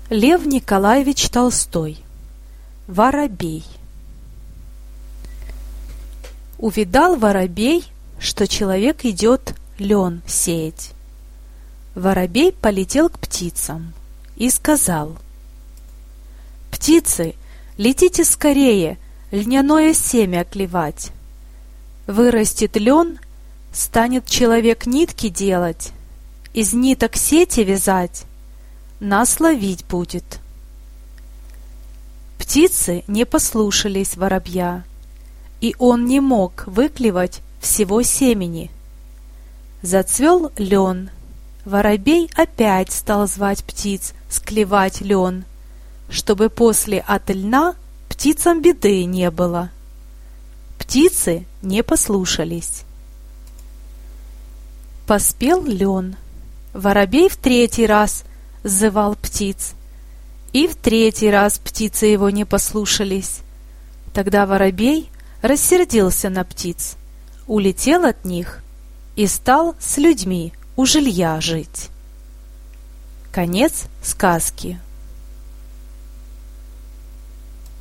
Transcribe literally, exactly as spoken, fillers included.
Лев Николаевич Толстой. Воробей. Увидал воробей, что человек идет лен сеять. Воробей полетел к птицам и сказал: «Птицы, летите скорее, льняное семя клевать. Вырастет лен, станет человек нитки делать, из ниток сети вязать, нас ловить будет». Птицы не послушались воробья, и он не мог выклевать всего семени. Зацвел лен. Воробей опять стал звать птиц склевать лен, чтобы после от льна птицам беды не было. Птицы не послушались. Поспел лен. Воробей в третий раз зывал птиц, и в третий раз птицы его не послушались. Тогда воробей рассердился на птиц, улетел от них и стал с людьми у жилья жить. Конец сказки.